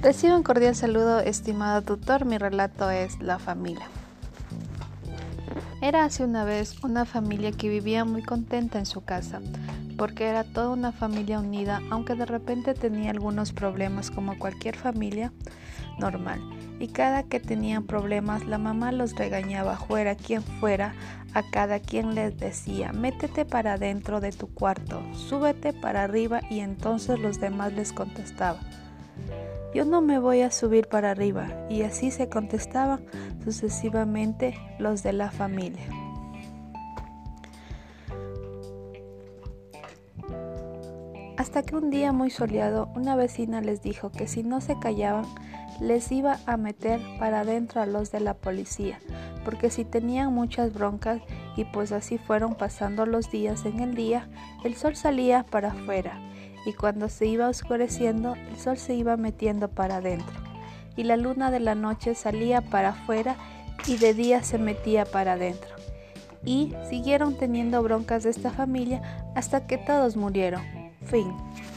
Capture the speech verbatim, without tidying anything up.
Recibe un cordial saludo, estimado tutor. Mi relato es La familia. Era hace una vez una familia que vivía muy contenta en su casa, porque era toda una familia unida, aunque de repente tenía algunos problemas como cualquier familia normal. Y cada que tenían problemas, la mamá los regañaba, fuera quien fuera. A cada quien les decía: métete para adentro de tu cuarto, súbete para arriba. Y entonces los demás les contestaban: yo no me voy a subir para arriba. Y así se contestaban sucesivamente los de la familia. Hasta que un día muy soleado, una vecina les dijo que si no se callaban, les iba a meter para adentro a los de la policía, porque si tenían muchas broncas. Y pues así fueron pasando los días. En el día, el sol salía para afuera, y cuando se iba oscureciendo, el sol se iba metiendo para adentro, y la luna de la noche salía para afuera y de día se metía para adentro. Y siguieron teniendo broncas de esta familia hasta que todos murieron. Fin.